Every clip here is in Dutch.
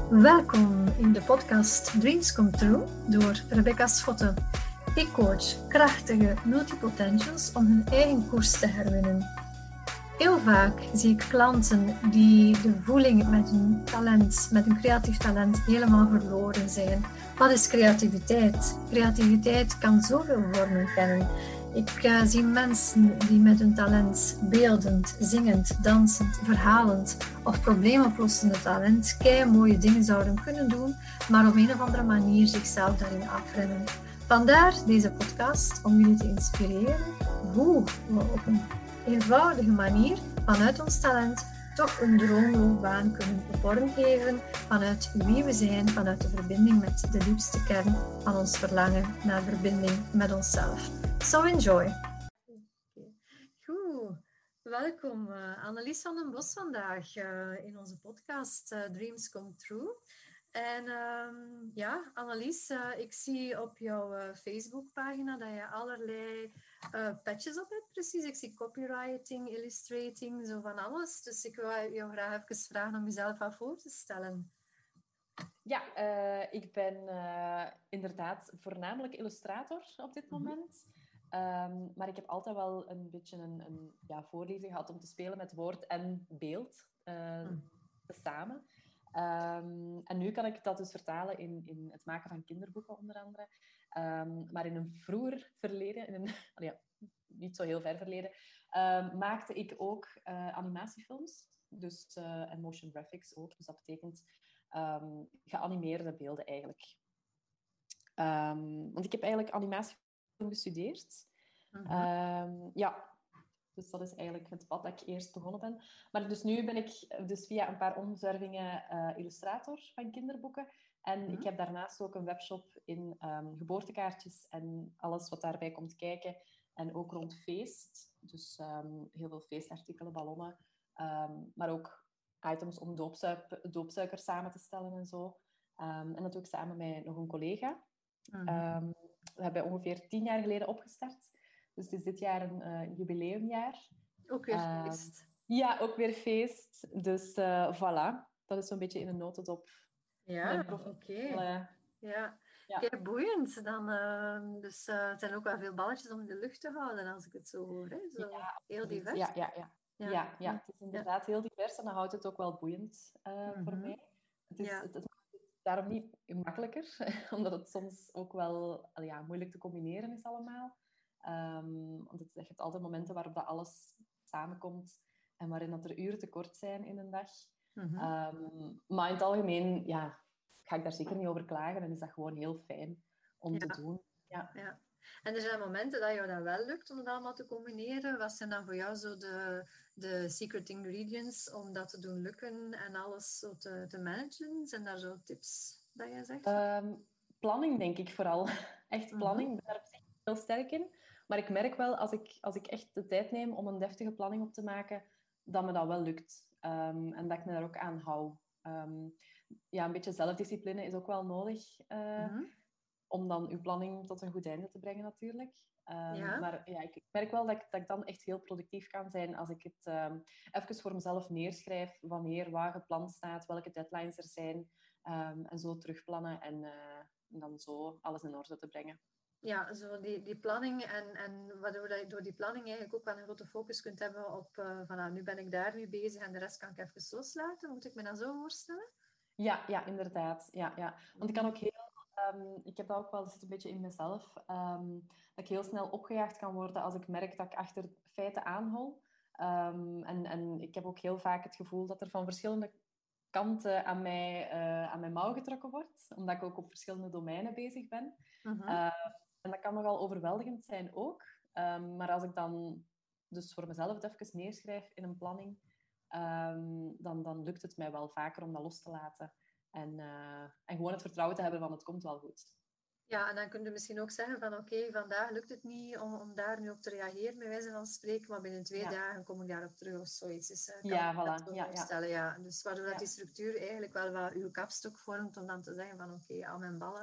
Welkom in de podcast Dreams Come True door Rebecca Schotten. Ik coach krachtige multipotentials om hun eigen koers te herwinnen. Heel vaak zie ik klanten die de voeling met hun talent, met hun creatief talent, helemaal verloren zijn. Wat is creativiteit? Creativiteit kan zoveel vormen kennen. Ik zie mensen die met hun talent beeldend, zingend, dansend, verhalend of probleemoplossende talent mooie dingen zouden kunnen doen, maar op een of andere manier zichzelf daarin afremmen. Vandaar deze podcast om jullie te inspireren hoe we op een eenvoudige manier vanuit ons talent toch een droomloopbaan kunnen vormgeven vanuit wie we zijn, vanuit de verbinding met de diepste kern van ons verlangen naar verbinding met onszelf. So enjoy! Goed, welkom Annelies van den Bos vandaag in onze podcast Dreams Come True. En Annelies, ik zie op jouw Facebookpagina dat je allerlei patches op hebt, precies. Ik zie copywriting, illustrating, zo van alles. Dus ik wil jou graag even vragen om jezelf wat voor te stellen. Ja, ik ben inderdaad voornamelijk illustrator op dit moment. Maar ik heb altijd wel een beetje een voorliefde gehad om te spelen met woord en beeld samen. En nu kan ik dat dus vertalen in het maken van kinderboeken, onder andere. Maar in een vroeger verleden, niet zo heel ver verleden, maakte ik ook animatiefilms. Dus, en motion graphics ook. Dus dat betekent geanimeerde beelden eigenlijk. Want ik heb eigenlijk animatiefilm gestudeerd. Dus dat is eigenlijk het pad dat ik eerst begonnen ben. Maar dus nu ben ik dus via een paar omzwervingen illustrator van kinderboeken. En ik heb daarnaast ook een webshop in geboortekaartjes en alles wat daarbij komt kijken. En ook rond feest. Dus heel veel feestartikelen, ballonnen. Maar ook items om doopsuiker samen te stellen en zo. En dat doe ik samen met nog een collega. We hebben ongeveer 10 jaar geleden opgestart. Dus het is dit jaar een jubileumjaar. Ook weer feest. Ja, ook weer feest. Dus voilà. Dat is zo'n beetje in een notendop. Ja, oké. Ja. Kijk, boeiend. Dan, het zijn ook wel veel balletjes om in de lucht te houden, als ik het zo hoor. Hè? Zo, heel divers. Ja, het is inderdaad heel divers en dan houdt het ook wel boeiend voor mij. Het maakt het daarom niet makkelijker, omdat het soms ook wel moeilijk te combineren is allemaal. Want je hebt altijd momenten waarop dat alles samenkomt en waarin dat er uren tekort zijn in een dag. Maar in het algemeen ga ik daar zeker niet over klagen en is dat gewoon heel fijn om te doen. Ja. En er zijn momenten dat jou dat wel lukt om het allemaal te combineren. Wat zijn dan voor jou zo de secret ingredients om dat te doen lukken en alles zo te managen? Zijn daar zo tips dat jij zegt? Planning, denk ik vooral. Echt planning. Ik ben daar op zich heel sterk in. Maar ik merk wel, als ik echt de tijd neem om een deftige planning op te maken, dat me dat wel lukt. En dat ik me daar ook aan hou. Een beetje zelfdiscipline is ook wel nodig. Om dan uw planning tot een goed einde te brengen, natuurlijk. Maar ik merk wel dat ik dan echt heel productief kan zijn als ik het even voor mezelf neerschrijf, wanneer waar gepland staat, welke deadlines er zijn, en zo terugplannen en dan zo alles in orde te brengen. Ja, zo die planning en waardoor je door die planning eigenlijk ook wel een grote focus kunt hebben op nu ben ik daar nu bezig en de rest kan ik even loslaten. Moet ik me dat zo voorstellen? Ja, inderdaad. Ja. Want ik kan ook ik heb dat ook wel, dat zit een beetje in mezelf, dat ik heel snel opgejaagd kan worden als ik merk dat ik achter feiten aanhol. En ik heb ook heel vaak het gevoel dat er van verschillende kanten aan mijn mouw getrokken wordt, omdat ik ook op verschillende domeinen bezig ben. En dat kan nogal overweldigend zijn ook. Maar als ik dan dus voor mezelf het even neerschrijf in een planning, dan lukt het mij wel vaker om dat los te laten. En gewoon het vertrouwen te hebben van het komt wel goed. Ja, en dan kun je misschien ook zeggen van oké, vandaag lukt het niet om daar nu op te reageren, bij wijze van spreken, maar binnen 2 dagen kom ik daarop terug of zoiets. Dus voorstellen. Ja. Dus waardoor dat die structuur eigenlijk wel wat uw kapstok vormt om dan te zeggen van oké, al mijn ballen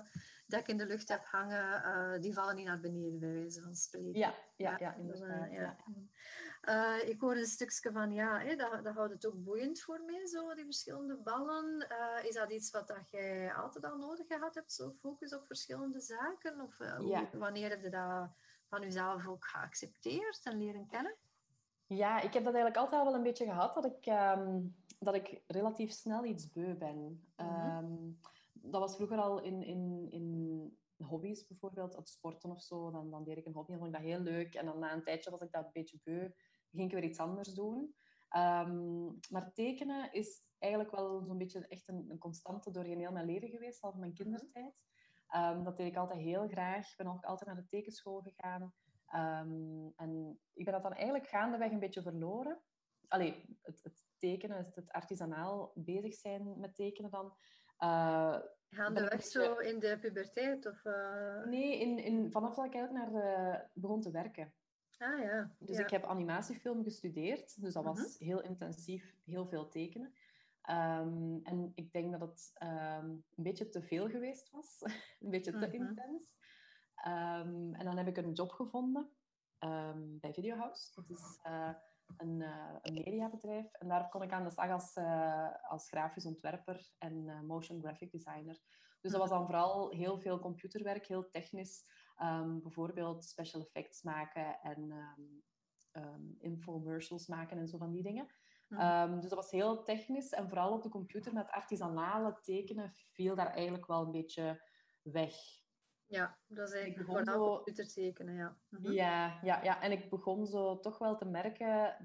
dat ik in de lucht heb hangen, die vallen niet naar beneden, bij wijze van spreken. Ja, inderdaad. Ik hoor een stukje van, dat houdt het ook boeiend voor mij, zo, die verschillende ballen. Is dat iets wat dat jij altijd al nodig gehad hebt, zo focus op verschillende zaken? Of wanneer heb je dat van jezelf ook geaccepteerd en leren kennen? Ja, ik heb dat eigenlijk altijd al wel een beetje gehad, dat ik relatief snel iets beu ben. Dat was vroeger al in hobby's bijvoorbeeld, het sporten of zo. Dan deed ik een hobby en vond ik dat heel leuk. En dan na een tijdje was ik dat een beetje beu, ging ik weer iets anders doen. Maar tekenen is eigenlijk wel zo'n beetje echt een constante doorheen heel mijn leven geweest, al van mijn kindertijd. Dat deed ik altijd heel graag. Ik ben ook altijd naar de tekenschool gegaan. En ik ben dat dan eigenlijk gaandeweg een beetje verloren. Allee, het tekenen, het artisanaal bezig zijn met tekenen dan. Gaandeweg zo in de puberteit? Of, Nee, vanaf dat ik eigenlijk begon te werken. Ah ja. Dus ik heb animatiefilm gestudeerd. Dus dat was heel intensief, heel veel tekenen. En ik denk dat het een beetje te veel geweest was. Een beetje te intens. En dan heb ik een job gevonden bij Videohouse. Dat is een mediabedrijf. En daar kon ik aan de slag als grafisch ontwerper en motion graphic designer. Dus dat was dan vooral heel veel computerwerk, heel technisch. Bijvoorbeeld special effects maken en infomercials maken en zo van die dingen. Dus dat was heel technisch. En vooral op de computer met artisanale tekenen viel daar eigenlijk wel een beetje weg. Ja, dat is eigenlijk vooral computertekenen, ja. Ja. En ik begon zo toch wel te merken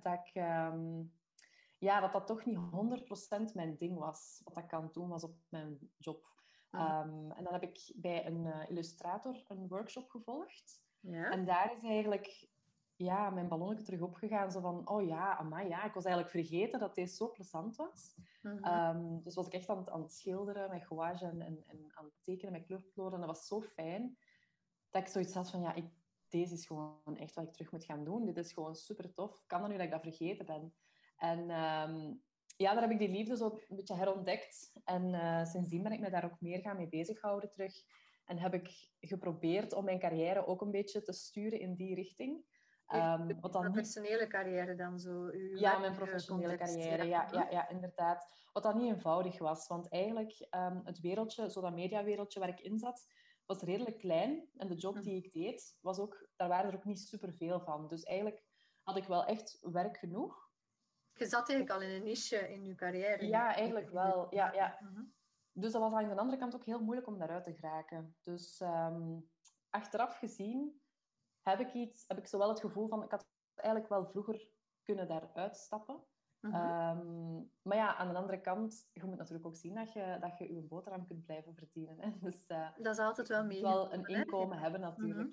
dat toch niet 100% mijn ding was. Wat ik aan het doen was op mijn job. En dan heb ik bij een illustrator een workshop gevolgd. Ja. En daar is eigenlijk mijn ballonnetje terug opgegaan. Zo van, oh ja, amai, ja. Ik was eigenlijk vergeten dat deze zo plezant was. Dus was ik echt aan het schilderen met gouache en aan het tekenen met kleurpotloden. En dat was zo fijn dat ik zoiets had van, deze is gewoon echt wat ik terug moet gaan doen. Dit is gewoon super tof. Kan dat nu dat ik dat vergeten ben? En daar heb ik die liefde zo een beetje herontdekt. En sindsdien ben ik me daar ook meer gaan mee bezighouden terug. En heb ik geprobeerd om mijn carrière ook een beetje te sturen in die richting. Wat dan professionele carrière dan zo? Mijn professionele carrière, ja, inderdaad. Wat dan niet eenvoudig was. Want eigenlijk, het wereldje, zo dat mediawereldje waar ik in zat, was redelijk klein. En de job die ik deed, daar waren er ook niet superveel van. Dus eigenlijk had ik wel echt werk genoeg. Je zat eigenlijk al in een niche in je carrière. Ja, eigenlijk wel. Ja. Dus dat was aan de andere kant ook heel moeilijk om daaruit te geraken. Dus achteraf gezien heb ik zowel het gevoel van, ik had eigenlijk wel vroeger kunnen daaruit stappen. Maar ja, aan de andere kant, je moet natuurlijk ook zien dat je je boterham kunt blijven verdienen. Hè. Dus, dat is altijd wel mee. Wel een inkomen hebben natuurlijk.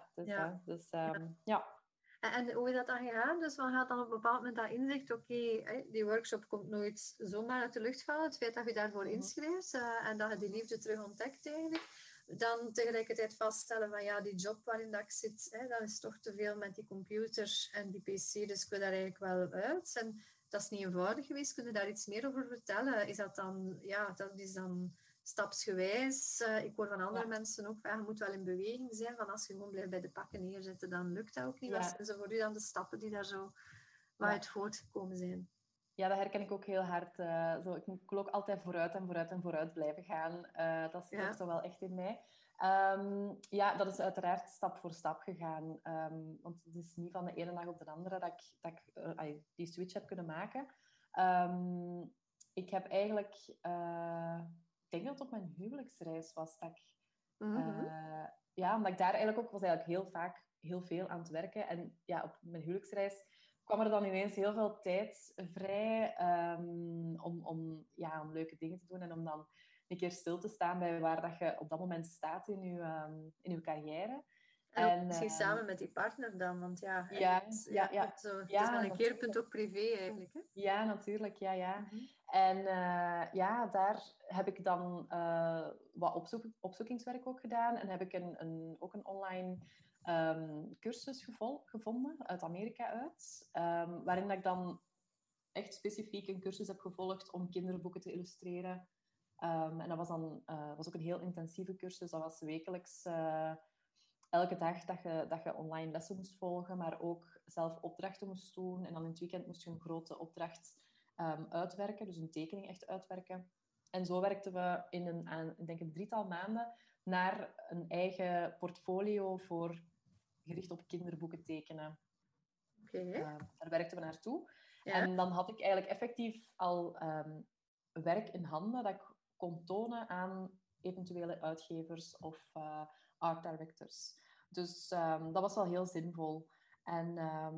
En hoe is dat dan gegaan? Dus wat gaat dan op een bepaald moment dat inzicht, die workshop komt nooit zomaar uit de lucht vallen. Het feit dat je daarvoor inschreef en dat je die liefde terug ontdekt eigenlijk. Dan tegelijkertijd vaststellen van die job waarin dat ik zit, dat is toch te veel met die computer en die pc, dus ik wil daar eigenlijk wel uit. En dat is niet eenvoudig geweest. Kun je daar iets meer over vertellen? Is dat dan, dat is dan stapsgewijs. Ik hoor van andere mensen ook, je moet wel in beweging zijn. Van als je gewoon blijft bij de pakken neerzetten, dan lukt dat ook niet. Wat zijn voor u dan de stappen die daar zo uit voortgekomen zijn? Ja, dat herken ik ook heel hard. Ik wil ook altijd vooruit blijven gaan. Dat zit toch wel echt in mij. Dat is uiteraard stap voor stap gegaan. Want het is niet van de ene dag op de andere dat ik die switch heb kunnen maken. Ik heb eigenlijk... ik denk dat het op mijn huwelijksreis was dat ik... omdat ik daar eigenlijk ook... was eigenlijk heel vaak heel veel aan het werken. En op mijn huwelijksreis kwam er dan ineens heel veel tijd vrij om leuke dingen te doen en om dan een keer stil te staan bij waar dat je op dat moment staat in je carrière. En misschien samen met die partner dan, want het is wel een keerpunt ook privé eigenlijk. Hè? Ja, natuurlijk, ja. En daar heb ik dan wat opzoekingswerk ook gedaan en heb ik ook een online cursus gevonden uit Amerika uit, waarin dat ik dan echt specifiek een cursus heb gevolgd om kinderboeken te illustreren. En dat was dan was ook een heel intensieve cursus. Dat was wekelijks, elke dag dat je online lessen moest volgen, maar ook zelf opdrachten moest doen. En dan in het weekend moest je een grote opdracht uitwerken, dus een tekening echt uitwerken. En zo werkten we in ik denk een 3-tal maanden naar een eigen portfolio gericht op kinderboeken tekenen. Daar werkten we naartoe. Ja. En dan had ik eigenlijk effectief al werk in handen dat ik kon tonen aan eventuele uitgevers of art directors. Dus dat was wel heel zinvol. En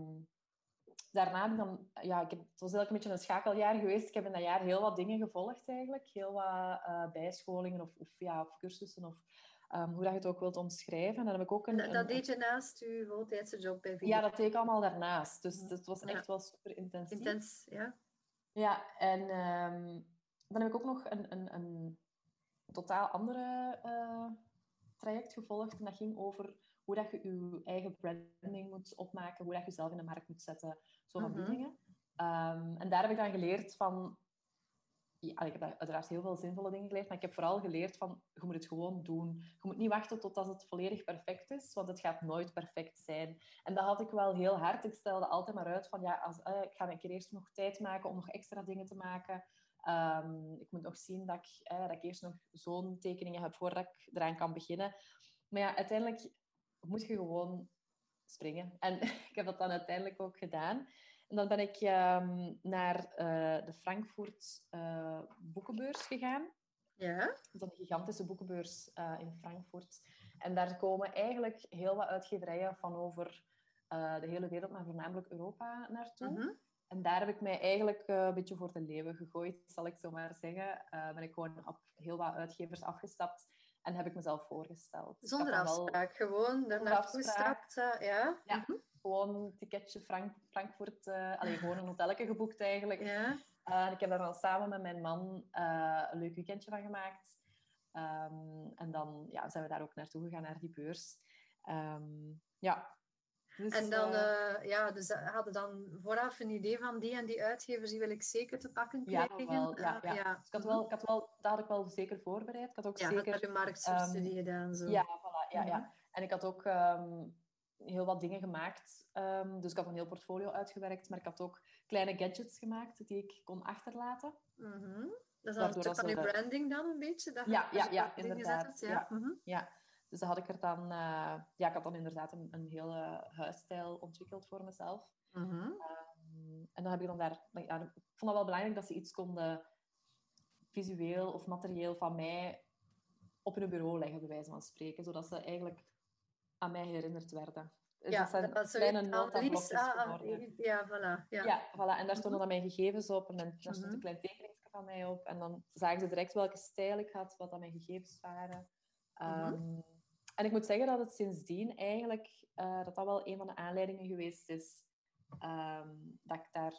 daarna heb ik dan... Ja, het was eigenlijk een beetje een schakeljaar geweest. Ik heb in dat jaar heel wat dingen gevolgd eigenlijk. Heel wat bijscholingen of cursussen of hoe dat je het ook wilt omschrijven. En dan heb ik ook dat deed je naast je voltijdse job bij Video? Ja, dat deed ik allemaal daarnaast. Dus het was echt wel super intensief. Intens, ja. Ja, en dan heb ik ook nog een totaal andere traject gevolgd. En dat ging over hoe dat je je eigen branding moet opmaken, hoe dat je jezelf in de markt moet zetten, zo van die dingen. En daar heb ik dan geleerd van... Ja, ik heb uiteraard heel veel zinvolle dingen geleerd, maar ik heb vooral geleerd van, je moet het gewoon doen. Je moet niet wachten totdat het volledig perfect is, want het gaat nooit perfect zijn. En dat had ik wel heel hard. Ik stelde altijd maar uit van, ik ga een keer eerst nog tijd maken om nog extra dingen te maken. Ik moet nog zien dat ik eerst nog zo'n tekeningen heb voordat ik eraan kan beginnen. Maar ja, uiteindelijk moet je gewoon springen. En ik heb dat dan uiteindelijk ook gedaan. En dan ben ik naar de Frankfurt boekenbeurs gegaan. Ja? Dat is een gigantische boekenbeurs in Frankfurt. En daar komen eigenlijk heel wat uitgeverijen van over de hele wereld, maar voornamelijk Europa naartoe. En daar heb ik mij eigenlijk een beetje voor de leeuwen gegooid, zal ik zo maar zeggen. Ben ik gewoon op heel wat uitgevers afgestapt en heb ik mezelf voorgesteld. Zonder afspraak, gewoon daarnaartoe gestapt. Ja. Gewoon een ticketje Frankfurt, gewoon een hotelletje geboekt eigenlijk. Ja. En ik heb daar dan samen met mijn man een leuk weekendje van gemaakt. En dan zijn we daar ook naartoe gegaan, naar die beurs. Dus, en dan dus hadden dan vooraf een idee van die en die uitgevers, die wil ik zeker te pakken krijgen. Ja, wel. Dus dat had ik wel zeker voorbereid. Ik had ook zeker... had je marktstudie gedaan. Zo. Ja, voilà. Ja. En ik had ook heel wat dingen gemaakt. Dus ik had een heel portfolio uitgewerkt, maar ik had ook kleine gadgets gemaakt die ik kon achterlaten. Dat is dan een stuk van je branding dan een beetje? Dat ja, inderdaad. Ja. Dus dat had ik er dan... ik had dan inderdaad een hele huisstijl ontwikkeld voor mezelf. En dan heb ik dan daar... ik vond het wel belangrijk dat ze iets konden visueel of materieel van mij op hun bureau leggen, bij wijze van spreken. Zodat ze eigenlijk aan mij herinnerd werden. Dus dat zijn kleine notablokjes geworden. Ja, voilà. Ja, voilà. En daar stonden dan mijn gegevens op. En daar stond een klein tekeningsje van mij op. En dan zagen ze direct welke stijl ik had, wat dan mijn gegevens waren. En ik moet zeggen dat het sindsdien eigenlijk... dat wel een van de aanleidingen geweest is dat ik daar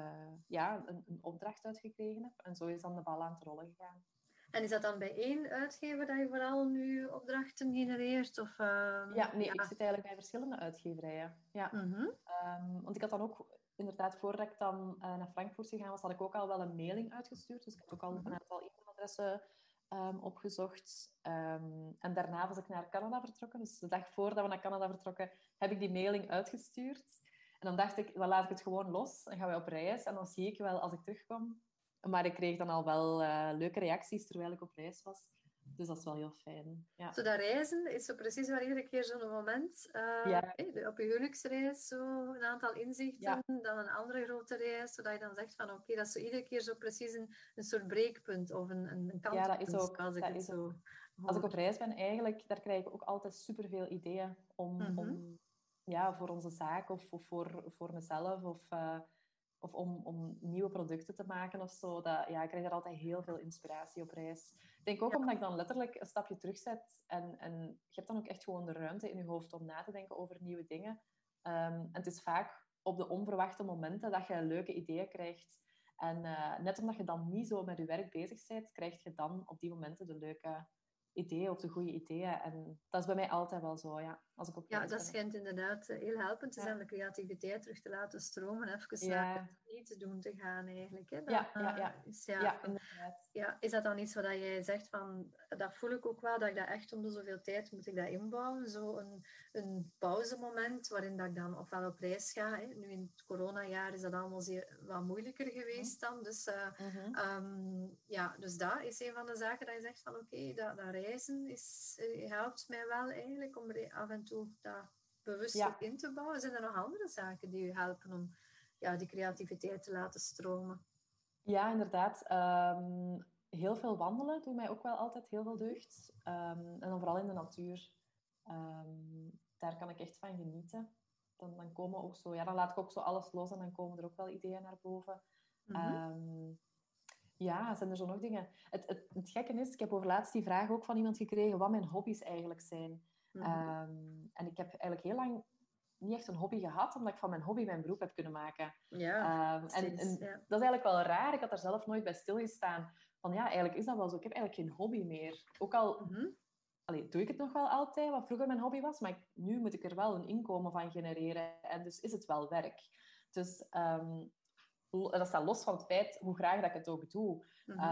een opdracht uit gekregen heb. En zo is dan de bal aan het rollen gegaan. En is dat dan bij één uitgever dat je vooral nu opdrachten genereert? Of, ik zit eigenlijk bij verschillende uitgeverijen. Ja. Want ik had dan ook, inderdaad, voordat ik dan naar Frankfurt gegaan was, had ik ook al wel een mailing uitgestuurd. Dus ik had ook al een aantal e-mailadressen opgezocht. En daarna was ik naar Canada vertrokken. Dus de dag voordat we naar Canada vertrokken, heb ik die mailing uitgestuurd. En dan dacht ik, dan laat ik het gewoon los. Dan gaan we op reis. En dan zie ik wel als ik terugkom. Maar ik kreeg dan al wel leuke reacties terwijl ik op reis was. Dus dat is wel heel fijn. Ja. Zo dat reizen is zo precies waar iedere keer zo'n moment... op je huwelijksreis zo een aantal inzichten. Dan een andere grote reis. Zodat je dan zegt van oké, dat is zo iedere keer zo precies een soort breekpunt. Of een kantelpunt. Ja, dat is ook. Als ik op reis ben, eigenlijk, daar krijg ik ook altijd superveel ideeën om voor onze zaak of voor mezelf of om nieuwe producten te maken of zo. Ik krijg daar altijd heel veel inspiratie op reis. Ik denk ook omdat ik dan letterlijk een stapje terugzet en je hebt dan ook echt gewoon de ruimte in je hoofd om na te denken over nieuwe dingen. En het is vaak op de onverwachte momenten dat je leuke ideeën krijgt. En net omdat je dan niet zo met je werk bezig bent, krijg je dan op die momenten de leuke ideeën of de goede ideeën. En dat is bij mij altijd wel zo, ja. Als ik op dat schijnt inderdaad heel helpend te zijn, de creativiteit terug te laten stromen, even naar iets doen te gaan eigenlijk. Hè. Ja, inderdaad. Ja, is dat dan iets wat jij zegt van, dat voel ik ook wel, dat ik dat echt om de zoveel tijd moet ik dat inbouwen? Zo een pauzemoment waarin dat ik dan ofwel op reis ga. Hè. Nu in het coronajaar is dat allemaal wat moeilijker geweest dan. Dus, dus dat is een van de zaken dat je zegt van oké, dat reizen helpt mij wel eigenlijk om er af en toe dat bewust in te bouwen. Zijn er nog andere zaken die je helpen om die creativiteit te laten stromen? Ja, inderdaad. Heel veel wandelen doet mij ook wel altijd heel veel deugd. En dan vooral in de natuur. Daar kan ik echt van genieten. Dan komen ook zo... Ja, dan laat ik ook zo alles los en dan komen er ook wel ideeën naar boven. Zijn er zo nog dingen? Het gekke is, ik heb overlaatst die vraag ook van iemand gekregen wat mijn hobby's eigenlijk zijn. En ik heb eigenlijk heel lang niet echt een hobby gehad, omdat ik van mijn hobby mijn beroep heb kunnen maken. Ja, dat is eigenlijk wel raar. Ik had daar zelf nooit bij stilgestaan. Van ja, eigenlijk is dat wel zo. Ik heb eigenlijk geen hobby meer. Ook al doe ik het nog wel altijd, wat vroeger mijn hobby was, maar nu moet ik er wel een inkomen van genereren. En dus is het wel werk. Dus dat staat los van het feit hoe graag dat ik het ook doe.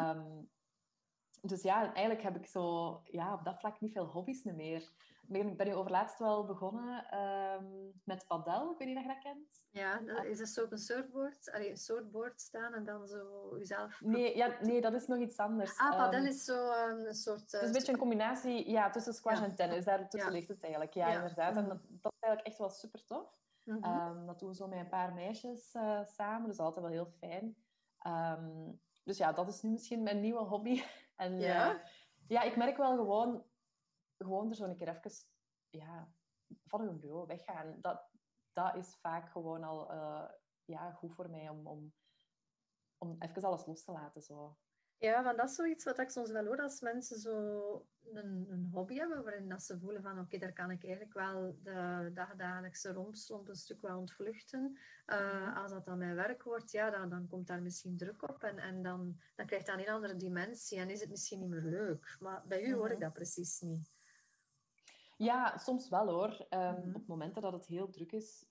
Dus ja, eigenlijk heb ik zo op dat vlak niet veel hobby's meer. Ik ben nu overlaatst wel begonnen met padel. Ik weet niet of je dat kent. Ja, dat is een soort een surfboard. Een soort board staan en dan zo jezelf... Nee, dat is nog iets anders. Padel is zo een soort... het is een beetje een combinatie tussen squash en tennis. Daartussen ligt het eigenlijk. Ja, inderdaad. En dat is eigenlijk echt wel super tof. Dat doen we zo met een paar meisjes samen. Dat is altijd wel heel fijn. Dus ja, dat is nu misschien mijn nieuwe hobby. En ik merk wel gewoon er zo een keer even van hun bureau weggaan. Dat is vaak gewoon al goed voor mij om even alles los te laten. Zo. Ja, want dat is zoiets wat ik soms wel hoor als mensen zo een hobby hebben waarin dat ze voelen van oké, daar kan ik eigenlijk wel de dagdagelijkse rompslomp een stuk wel ontvluchten. Als dat dan mijn werk wordt, dan komt daar misschien druk op en dan krijgt dat een andere dimensie en is het misschien niet meer leuk. Maar bij u hoor ik dat precies niet. Ja, soms wel hoor. Op momenten dat het heel druk is,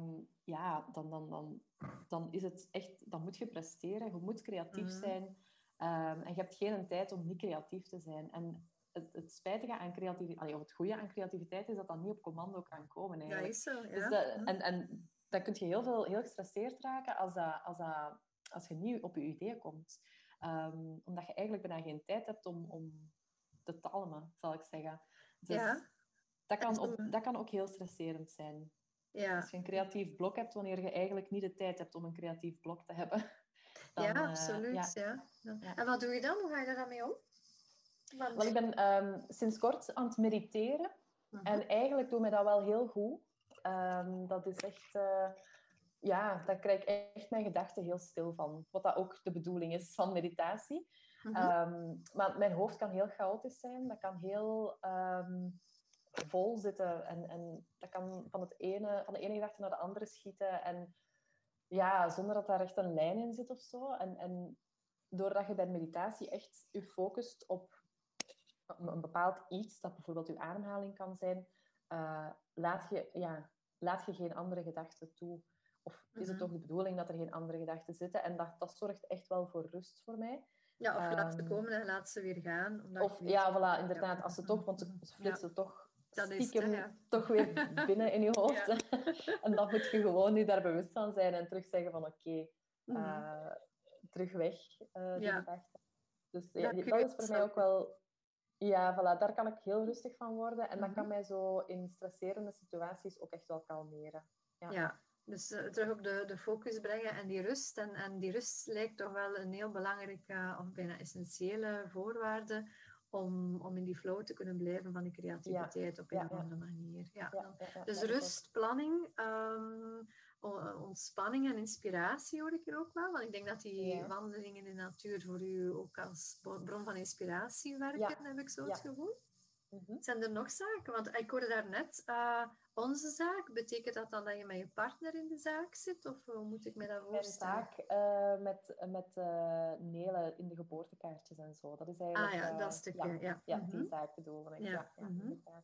dan is het echt, dan moet je presteren, je moet creatief zijn. En je hebt geen tijd om niet creatief te zijn. En het spijtige aan creativiteit, of het goede aan creativiteit, is dat dat niet op commando kan komen. Eigenlijk. Dat is zo, ja. Dus en dan kun je heel gestresseerd raken als je niet op je ideeën komt. Omdat je eigenlijk bijna geen tijd hebt om te talmen, zal ik zeggen. Dus dat kan ook heel stresserend zijn. Ja. Als je een creatief blok hebt, wanneer je eigenlijk niet de tijd hebt om een creatief blok te hebben. Dan, absoluut. Ja. En wat doe je dan? Hoe ga je daar mee om? Wel, ik ben sinds kort aan het mediteren. En eigenlijk doet mij dat wel heel goed. Dat is echt... daar krijg ik echt mijn gedachten heel stil van. Wat dat ook de bedoeling is van meditatie. Maar mijn hoofd kan heel chaotisch zijn. Dat kan heel... vol zitten en dat kan van de ene gedachte naar de andere schieten en zonder dat daar echt een lijn in zit of zo. En doordat je bij meditatie echt je focust op een bepaald iets, dat bijvoorbeeld je ademhaling kan zijn, laat je geen andere gedachten toe. Of is het toch de bedoeling dat er geen andere gedachten zitten? En dat zorgt echt wel voor rust voor mij. Ja, of laat ze komen en laat ze weer gaan. Voilà, inderdaad. Als ze toch, want ze flitsen toch stiekem toch weer binnen in je hoofd. En dan moet je gewoon nu daar bewust van zijn en terug zeggen van oké, terug weg, die gedachten. Dus dat is voor mij ook wel... Ja, voilà, daar kan ik heel rustig van worden. En dat kan mij zo in stresserende situaties ook echt wel kalmeren. Ja. Dus terug op de focus brengen en die rust. En die rust lijkt toch wel een heel belangrijke of bijna essentiële voorwaarde om in die flow te kunnen blijven van die creativiteit op een of andere manier. Dus rust, planning, ontspanning en inspiratie hoor ik hier ook wel. Want ik denk dat die wandelingen in de natuur voor u ook als bron van inspiratie werken, heb ik zo het gevoel. Zijn er nog zaken? Want ik hoorde daarnet, onze zaak, betekent dat dan dat je met je partner in de zaak zit? Of hoe moet ik me dat voorstellen? Mijn zaak met nelen in de geboortekaartjes en zo. Dat is eigenlijk... dat stukje, die zaak bedoel ik. Inderdaad.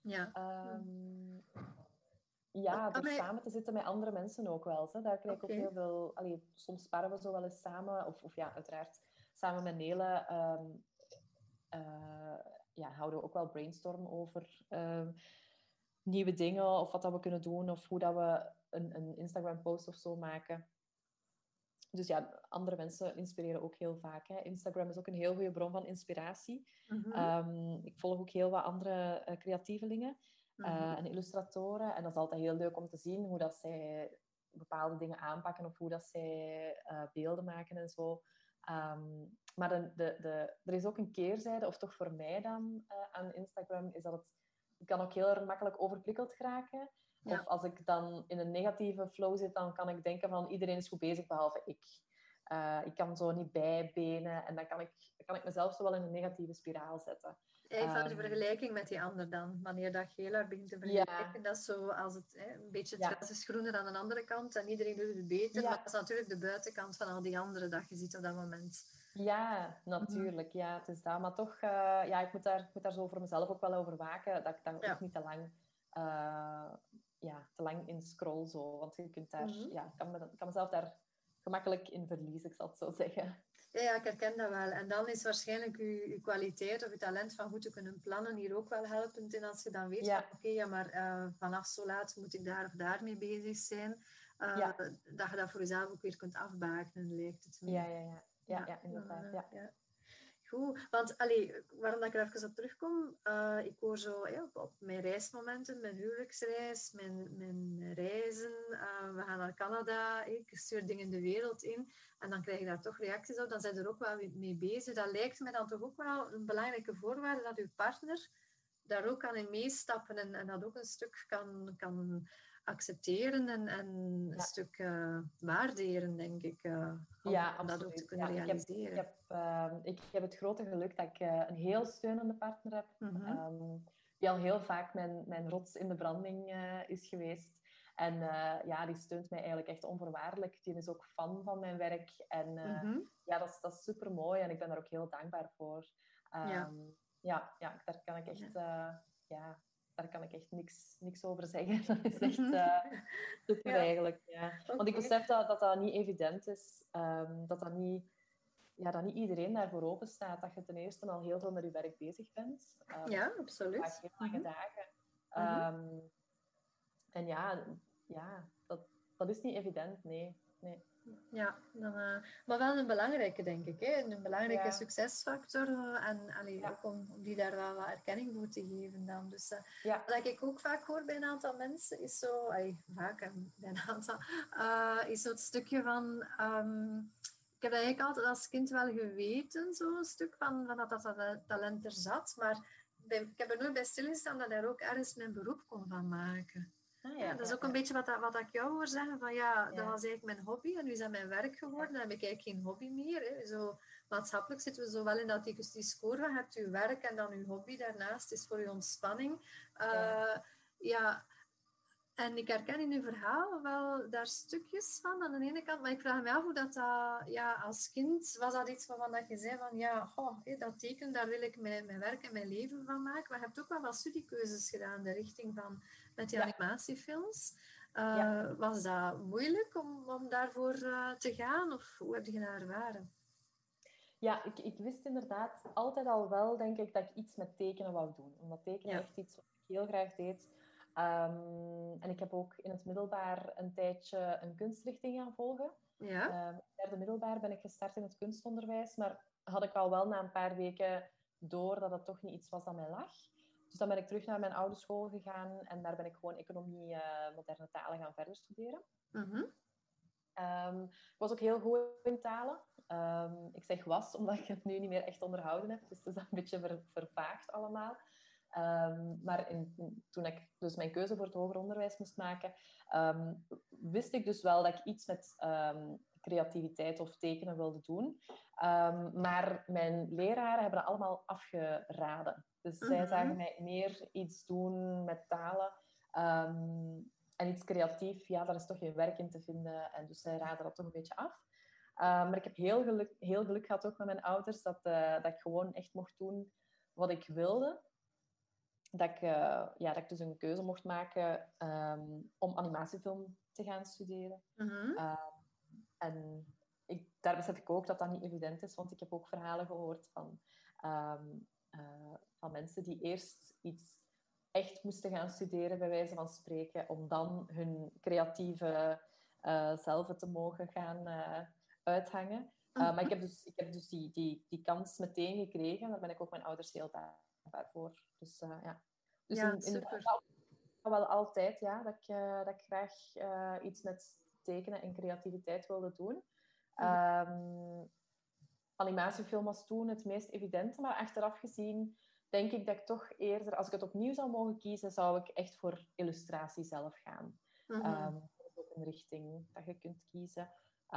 Door samen te zitten met andere mensen ook wel. Hè. Daar krijg ik ook heel veel... soms sparren we zo wel eens samen. Of uiteraard samen met Nele houden we ook wel brainstormen over nieuwe dingen of wat dat we kunnen doen of hoe dat we een Instagram-post of zo maken. Dus ja, andere mensen inspireren ook heel vaak. Hè. Instagram is ook een heel goede bron van inspiratie. Ik volg ook heel wat andere creatievelingen en illustratoren. En dat is altijd heel leuk om te zien hoe dat zij bepaalde dingen aanpakken of hoe dat zij beelden maken en zo. Maar er is ook een keerzijde, of toch voor mij dan, aan Instagram, is dat het kan ook heel erg makkelijk overprikkeld geraken. Ja. Of als ik dan in een negatieve flow zit, dan kan ik denken van iedereen is goed bezig, behalve ik. Ik kan zo niet bijbenen en dan kan ik mezelf zo wel in een negatieve spiraal zetten. Even de vergelijking met die ander dan. Wanneer dat je heel hard begint te vergelijken, dat is zo als het een beetje het gras is groener aan de andere kant en iedereen doet het beter, maar dat is natuurlijk de buitenkant van al die anderen dat je ziet op dat moment. Ja, natuurlijk. Ja, het is dat. Maar toch, ik moet daar zo voor mezelf ook wel over waken, dat ik daar ook niet te lang in scroll zo. Want je kunt daar, ik kan mezelf daar gemakkelijk in verliezen, ik zal het zo zeggen. Ja, ik herken dat wel. En dan is waarschijnlijk je kwaliteit of je talent van goed te kunnen plannen hier ook wel helpend in. Als je dan weet van maar vanaf zo laat moet ik daar of daar mee bezig zijn. Dat je dat voor jezelf ook weer kunt afbakenen, lijkt het me. Ja, inderdaad. Ja. Goed, want waarom dat ik er even op terugkom, ik hoor zo op mijn reismomenten, mijn huwelijksreis, mijn reizen, we gaan naar Canada, ik stuur dingen de wereld in en dan krijg ik daar toch reacties op, dan zijn er ook wel mee bezig. Dat lijkt me dan toch ook wel een belangrijke voorwaarde dat uw partner daar ook aan in meestappen en dat ook een stuk kan accepteren en een stuk waarderen, denk ik. Om dat ook te kunnen realiseren. Ik heb het grote geluk dat ik een heel steunende partner heb. Die al heel vaak mijn rots in de branding is geweest. En die steunt mij eigenlijk echt onvoorwaardelijk. Die is ook fan van mijn werk. En dat is super mooi. En ik ben daar ook heel dankbaar voor. Daar kan ik echt... daar kan ik echt niks over zeggen. Dat is echt super eigenlijk. Ja. Want ik besef dat niet evident is. Dat niet iedereen daarvoor open staat. Dat je ten eerste al heel veel met je werk bezig bent. Absoluut. Vaak heel lange dagen. En dat is niet evident, nee. Ja, maar wel een belangrijke, denk ik. Hè? Een belangrijke succesfactor. Ook om die daar wel wat erkenning voor te geven dan. Dus, wat ik ook vaak hoor bij een aantal mensen, is zo... is zo het stukje van... ik heb dat eigenlijk altijd als kind wel geweten, zo'n stuk van dat talent er zat. Maar ik heb er nooit bij stilgestaan dat ik daar ook ergens mijn beroep kon van maken. Dat is ook een beetje wat ik jou hoor zeggen. Van dat was eigenlijk mijn hobby en nu is dat mijn werk geworden. Dan heb ik eigenlijk geen hobby meer. Hè. Zo, maatschappelijk zitten we zo wel in dat die score van je hebt je werk en dan je hobby daarnaast is voor je ontspanning. En ik herken in uw verhaal wel daar stukjes van aan de ene kant, maar ik vraag me af hoe dat als kind, was dat iets waarvan dat je zei van dat teken, daar wil ik mijn werk en mijn leven van maken. Maar je hebt ook wel wat studiekeuzes gedaan in de richting van met die animatiefilms. Was dat moeilijk om daarvoor te gaan of hoe heb je dat ervaren? Ja, ik wist inderdaad altijd al wel, denk ik, dat ik iets met tekenen wou doen. Omdat tekenen echt iets wat ik heel graag deed. En ik heb ook in het middelbaar een tijdje een kunstrichting gaan volgen. In het derde middelbaar ben ik gestart in het kunstonderwijs, maar had ik al wel na een paar weken door dat het toch niet iets was dat mij lag. Dus dan ben ik terug naar mijn oude school gegaan en daar ben ik gewoon economie, moderne talen gaan verder studeren. Ik was ook heel goed in talen. Ik zeg was, omdat ik het nu niet meer echt onderhouden heb. Dus het is een beetje vervaagd allemaal. Maar toen ik dus mijn keuze voor het hoger onderwijs moest maken, wist ik dus wel dat ik iets met creativiteit of tekenen wilde doen. Maar mijn leraren hebben dat allemaal afgeraden. Dus zij zagen mij meer iets doen met talen. En iets creatief, daar is toch geen werk in te vinden. En dus zij raden dat toch een beetje af. Maar ik heb heel geluk gehad ook met mijn ouders dat ik gewoon echt mocht doen wat ik wilde. Dat ik dus een keuze mocht maken om animatiefilm te gaan studeren. En daar besef ik ook dat dat niet evident is, want ik heb ook verhalen gehoord van mensen die eerst iets echt moesten gaan studeren, bij wijze van spreken, om dan hun creatieve zelf te mogen gaan uithangen. Maar ik heb dus die kans meteen gekregen. Daar ben ik ook mijn ouders heel dankbaar voor. Dus ja. Dus Ja, super. wel altijd, ja, dat ik graag iets met tekenen en creativiteit wilde doen. Animatiefilm was toen het meest evidente, maar achteraf gezien denk ik dat ik toch eerder, als ik het opnieuw zou mogen kiezen, zou ik echt voor illustratie zelf gaan. Dat is ook een richting dat je kunt kiezen.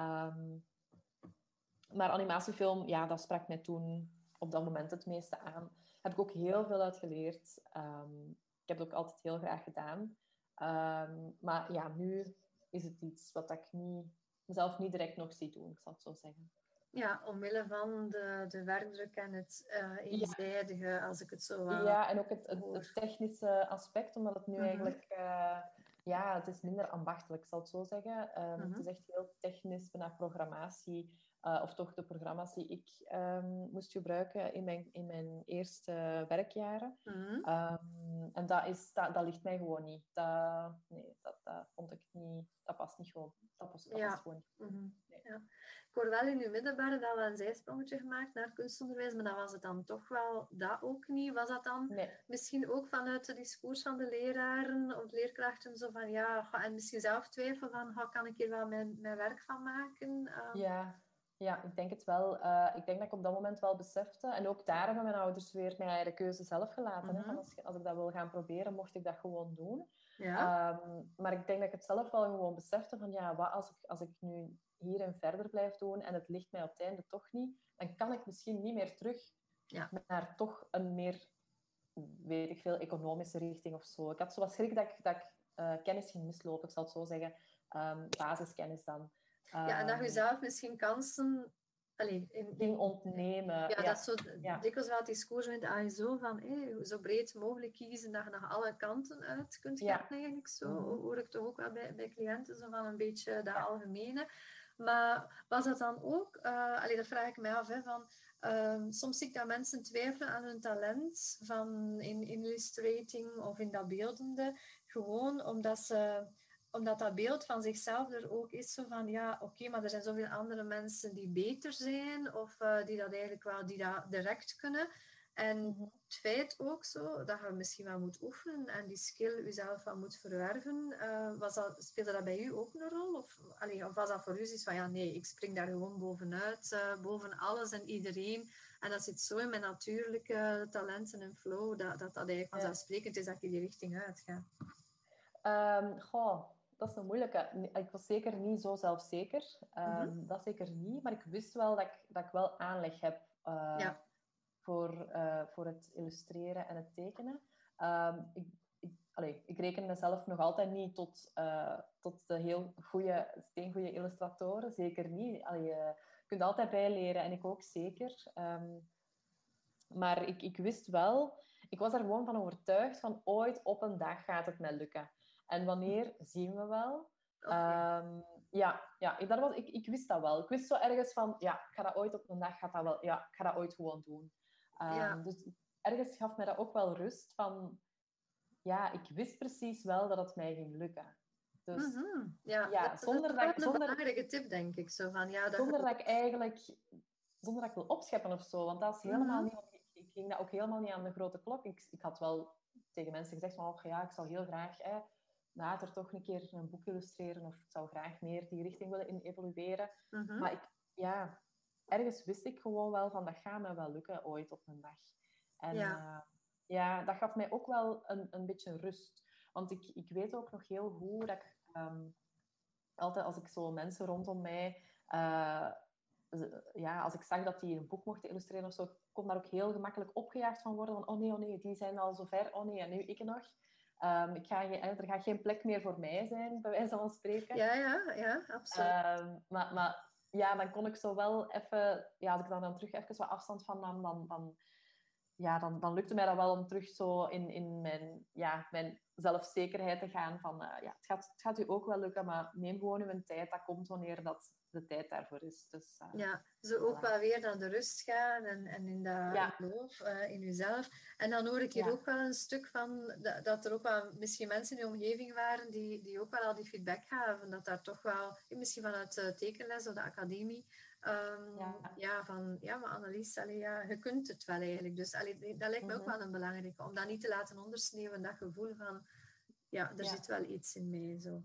Maar animatiefilm, ja, dat sprak mij toen op dat moment het meeste aan. Daar heb ik ook heel veel uit geleerd. Ik heb het ook altijd heel graag gedaan. Maar ja, nu is het iets wat ik mezelf niet direct nog zie doen, ik zal het zo zeggen. Ja, omwille van de werkdruk en het eenzijdige, als ik het zo... ja, en ook het technische aspect, omdat het nu eigenlijk... het is minder ambachtelijk, zal ik het zo zeggen. Het is echt heel technisch, bijna programmatie. Of toch de programma's die ik moest gebruiken in mijn eerste werkjaren. En dat ligt mij gewoon niet. Dat vond ik niet... Dat past niet gewoon. Dat past gewoon niet. Nee. Ja. Ik hoor wel in uw middelbare dat we een zijsprongetje gemaakt naar kunstonderwijs, maar dan was het dan toch wel dat ook niet. Was dat dan misschien ook vanuit het discours van de leraren of leerkrachten zo van en misschien zelf twijfelen van kan ik hier wel mijn werk van maken? Ja, ik denk het wel. Ik denk dat ik op dat moment wel besefte. En ook daar hebben mijn ouders weer mij de keuze zelf gelaten. Hè? Van als ik dat wil gaan proberen, mocht ik dat gewoon doen. Ja. Maar ik denk dat ik het zelf wel gewoon besefte van wat als ik nu hierin verder blijf doen en het ligt mij op het einde toch niet, dan kan ik misschien niet meer terug naar toch een meer, weet ik veel, economische richting of zo. Ik had zo wat schrik dat ik kennis ging mislopen, ik zal het zo zeggen. Basiskennis dan. En dat je zelf misschien kansen ging ontnemen. Dat is zo dikwijls wel het discours in de ASO van zo breed mogelijk kiezen dat je naar alle kanten uit kunt gaan eigenlijk zo. Hoor ik toch ook wel bij cliënten zo van een beetje dat algemene. Maar was dat dan ook, dat vraag ik mij af, soms zie ik dat mensen twijfelen aan hun talent van in illustrating of in dat beeldende, gewoon omdat dat beeld van zichzelf er ook is zo van, maar er zijn zoveel andere mensen die beter zijn of die dat eigenlijk wel direct kunnen. En het feit ook zo dat je misschien wel moet oefenen en die skill jezelf wel moet verwerven. Speelde dat bij u ook een rol? Of was dat voor u zoiets van, nee, ik spring daar gewoon bovenuit, boven alles en iedereen. En dat zit zo in mijn natuurlijke talenten en flow, dat eigenlijk vanzelfsprekend is dat ik in die richting uitga. Dat is een moeilijke. Ik was zeker niet zo zelfzeker. Dat zeker niet. Maar ik wist wel dat ik wel aanleg heb voor het illustreren en het tekenen. Ik reken mezelf nog altijd niet tot de heel steengoede illustratoren. Zeker niet. Je kunt altijd bijleren en ik ook zeker. Maar ik wist wel... Ik was er gewoon van overtuigd van ooit op een dag gaat het mij lukken. En wanneer, zien we wel. Ik wist dat wel. Ik wist zo ergens van, ik ga dat ooit op een dag, ik ga dat ooit gewoon doen. Dus ergens gaf mij dat ook wel rust van, ik wist precies wel dat het mij ging lukken. Dus, dat is een belangrijke tip, denk ik. Zo van, zonder dat ik wil opscheppen of zo, want dat is helemaal niet... Ik ging dat ook helemaal niet aan de grote klok. Ik had wel tegen mensen gezegd van, ik zou heel graag later toch een keer een boek illustreren of ik zou graag meer die richting willen evolueren. Maar ergens wist ik gewoon wel van, dat gaat me wel lukken ooit op een dag. En dat gaf mij ook wel een beetje rust. Want ik weet ook nog heel goed dat ik altijd als ik zo mensen rondom mij... als ik zag dat die een boek mochten illustreren of zo, kon daar ook heel gemakkelijk opgejaagd van worden. Van, oh nee, die zijn al zo ver. Oh nee, en nu ik nog. Er gaat geen plek meer voor mij zijn, bij wijze van spreken. Ja, absoluut. Maar dan kon ik zo wel even... als ik daar dan terug even wat afstand van nam, dan lukte mij dat wel om terug zo in mijn zelfzekerheid te gaan. Van, het gaat u ook wel lukken, maar neem gewoon uw tijd. Dat komt wanneer dat de tijd daarvoor is. Dus, zo ook voilà. wel weer naar de rust gaan en in dat geloof in jezelf. En dan hoor ik hier ook wel een stuk van dat er ook wel misschien mensen in je omgeving waren die ook wel al die feedback gaven. Dat daar toch wel, misschien vanuit de tekenles of de academie, maar Annelies, je kunt het wel eigenlijk. Dus dat lijkt me ook wel een belangrijke, om dat niet te laten ondersneeuwen, dat gevoel van, er zit wel iets in mij. Zo.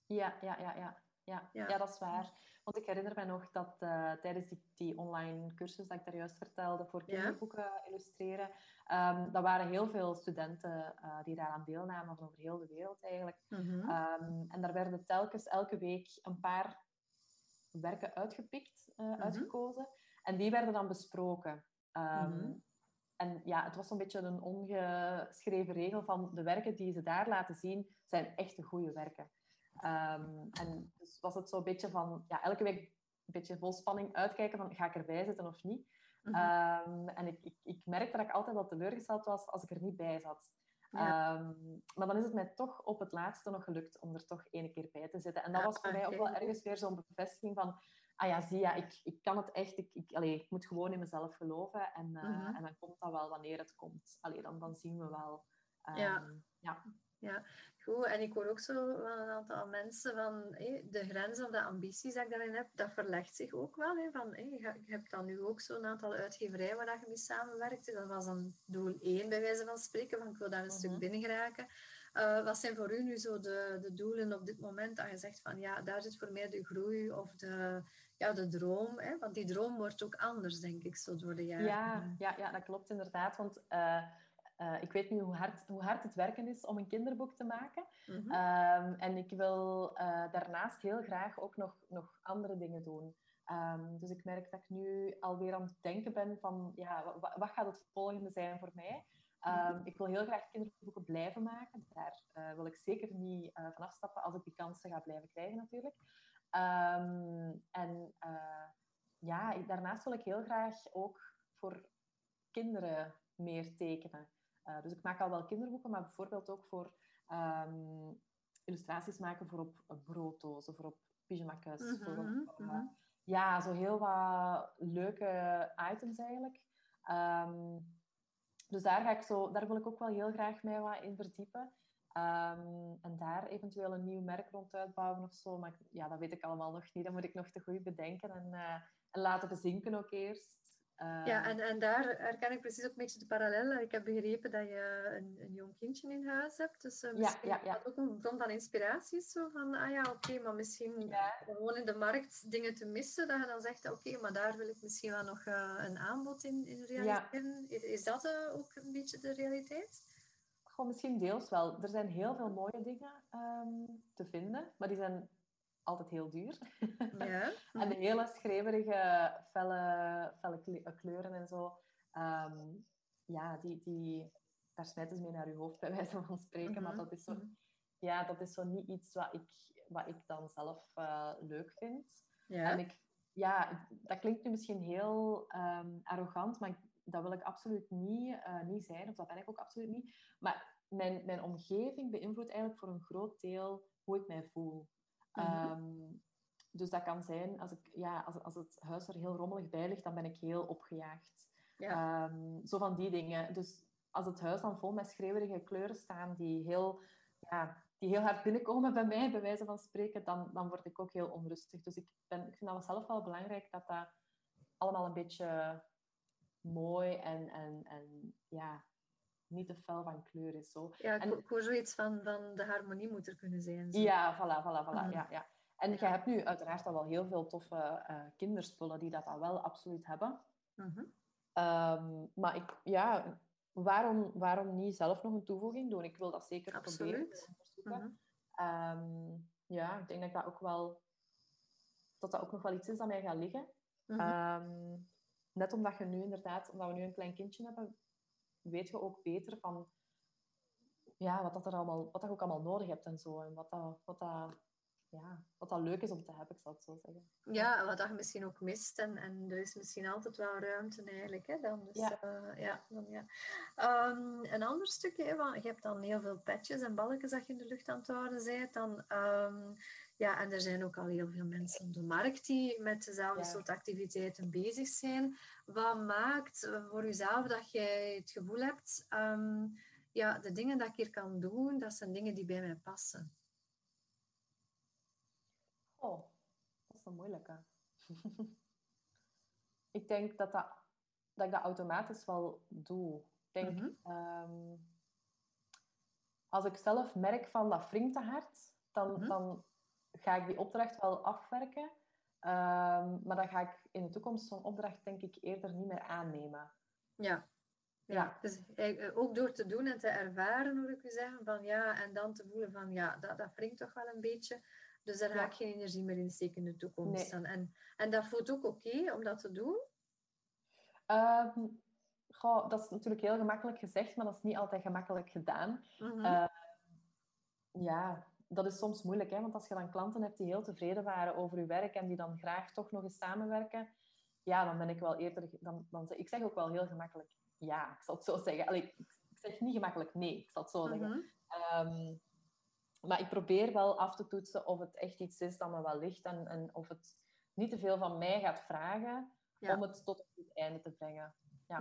Ja, dat is waar. Want ik herinner me nog dat tijdens die online cursus dat ik daar juist vertelde voor kinderboeken illustreren, dat waren heel veel studenten die daaraan deelnamen, van over heel de wereld eigenlijk. En daar werden telkens elke week een paar werken uitgekozen. En die werden dan besproken. En het was zo'n beetje een ongeschreven regel van de werken die ze daar laten zien, zijn echt de goede werken. En dus was het zo'n beetje van, elke week een beetje vol spanning uitkijken van, ga ik erbij zitten of niet? En ik merkte dat ik altijd wel teleurgesteld was als ik er niet bij zat. Maar dan is het mij toch op het laatste nog gelukt om er toch 1 keer bij te zitten. En dat was voor mij ook wel ergens weer zo'n bevestiging van, ik kan het echt. Ik moet gewoon in mezelf geloven. En dan komt dat wel wanneer het komt. Dan zien we wel. Ja, goed. En ik hoor ook zo van een aantal mensen van de grenzen of de ambities dat ik daarin heb, dat verlegt zich ook wel. Je hebt dan nu ook zo'n aantal uitgeverijen waar je mee samenwerkt. Dat was dan doel 1 bij wijze van spreken, van ik wil daar een stuk binnen geraken. Wat zijn voor u nu zo de doelen op dit moment dat je zegt van daar zit voor mij de groei of de droom? Want die droom wordt ook anders, denk ik, zo door de jaren. Ja, dat klopt inderdaad. Want ik weet nu hoe hard het werken is om een kinderboek te maken. En ik wil daarnaast heel graag ook nog andere dingen doen. Dus ik merk dat ik nu alweer aan het denken ben van, wat gaat het volgende zijn voor mij? Ik wil heel graag kinderboeken blijven maken. Daar wil ik zeker niet van afstappen als ik die kansen ga blijven krijgen natuurlijk. Daarnaast wil ik heel graag ook voor kinderen meer tekenen. Dus ik maak al wel kinderboeken, maar bijvoorbeeld ook voor illustraties maken voor op brooddozen, voor op pyjama's, zo heel wat leuke items eigenlijk. Dus daar wil ik ook wel heel graag mij wat in verdiepen. En daar eventueel een nieuw merk rond uitbouwen of zo. Maar dat weet ik allemaal nog niet. Dat moet ik nog te goed bedenken en laten bezinken ook eerst. En daar herken ik precies ook een beetje de parallel. Ik heb begrepen dat je een jong kindje in huis hebt. Dus misschien dat ook een bron van inspiratie is. Zo van, maar misschien gewoon in de markt dingen te missen. Dat je dan zegt, maar daar wil ik misschien wel nog een aanbod in realiseren. Is dat ook een beetje de realiteit? Gewoon misschien deels wel. Er zijn heel veel mooie dingen te vinden. Maar die zijn altijd heel duur. En de hele schreeuwerige, felle kleuren en zo. Daar smijten ze mee naar je hoofd, bij wijze van spreken. Maar dat is zo niet iets wat ik dan zelf leuk vind. En dat klinkt nu misschien heel arrogant, maar dat wil ik absoluut niet zijn. Of dat ben ik ook absoluut niet. Maar mijn omgeving beïnvloedt eigenlijk voor een groot deel hoe ik mij voel. Dus dat kan zijn, als het huis er heel rommelig bij ligt, dan ben ik heel opgejaagd. Zo van die dingen. Dus als het huis dan vol met schreeuwerige kleuren staan die heel hard binnenkomen bij mij, bij wijze van spreken, dan word ik ook heel onrustig. Dus ik vind dat zelf wel belangrijk dat dat allemaal een beetje mooi en niet te fel van kleur is. Zo. Ik hoor zoiets van de harmonie moet er kunnen zijn. Zo. Ja, voilà. Ja. En je hebt nu uiteraard al wel heel veel toffe kinderspullen die dat al wel absoluut hebben. Maar waarom niet zelf nog een toevoeging doen? Ik wil dat zeker proberen te onderzoeken. Ik denk dat dat ook nog wel iets is dat mij gaat liggen. Net omdat we nu een klein kindje hebben, weet je ook beter van wat je ook allemaal nodig hebt en zo. En wat dat wat dat leuk is om te hebben, ik zal het zo zeggen. Ja, wat dat je misschien ook mist. En er is misschien altijd wel ruimte eigenlijk. Hè, dan. Dus, een ander stukje, hè, want je hebt dan heel veel petjes en balkjes dat je in de lucht aan het houden bent. Dan, en er zijn ook al heel veel mensen op de markt die met dezelfde soort activiteiten bezig zijn. Wat maakt voor jezelf dat jij het gevoel hebt... de dingen dat ik hier kan doen, dat zijn dingen die bij mij passen? Oh, dat is een moeilijke. Ik denk dat ik dat automatisch wel doe. Ik denk, als ik zelf merk van dat wringt te hard, dan ga ik die opdracht wel afwerken. Maar dan ga ik in de toekomst zo'n opdracht, denk ik, eerder niet meer aannemen. Ja, dus ook door te doen en te ervaren, hoor ik u zeggen, van en dan te voelen van dat wringt toch wel een beetje. Dus daar ga ik geen energie meer in steken in de toekomst. Nee. En dat voelt ook oké om dat te doen? Dat is natuurlijk heel gemakkelijk gezegd, maar dat is niet altijd gemakkelijk gedaan. Dat is soms moeilijk, hè? Want als je dan klanten hebt die heel tevreden waren over je werk en die dan graag toch nog eens samenwerken, dan ben ik wel eerder... Ik zeg ook wel heel gemakkelijk ja, ik zal het zo zeggen. Allee, ik zeg niet gemakkelijk nee, ik zal het zo zeggen. Maar ik probeer wel af te toetsen of het echt iets is dat me wel ligt en of het niet te veel van mij gaat vragen om het tot het einde te brengen.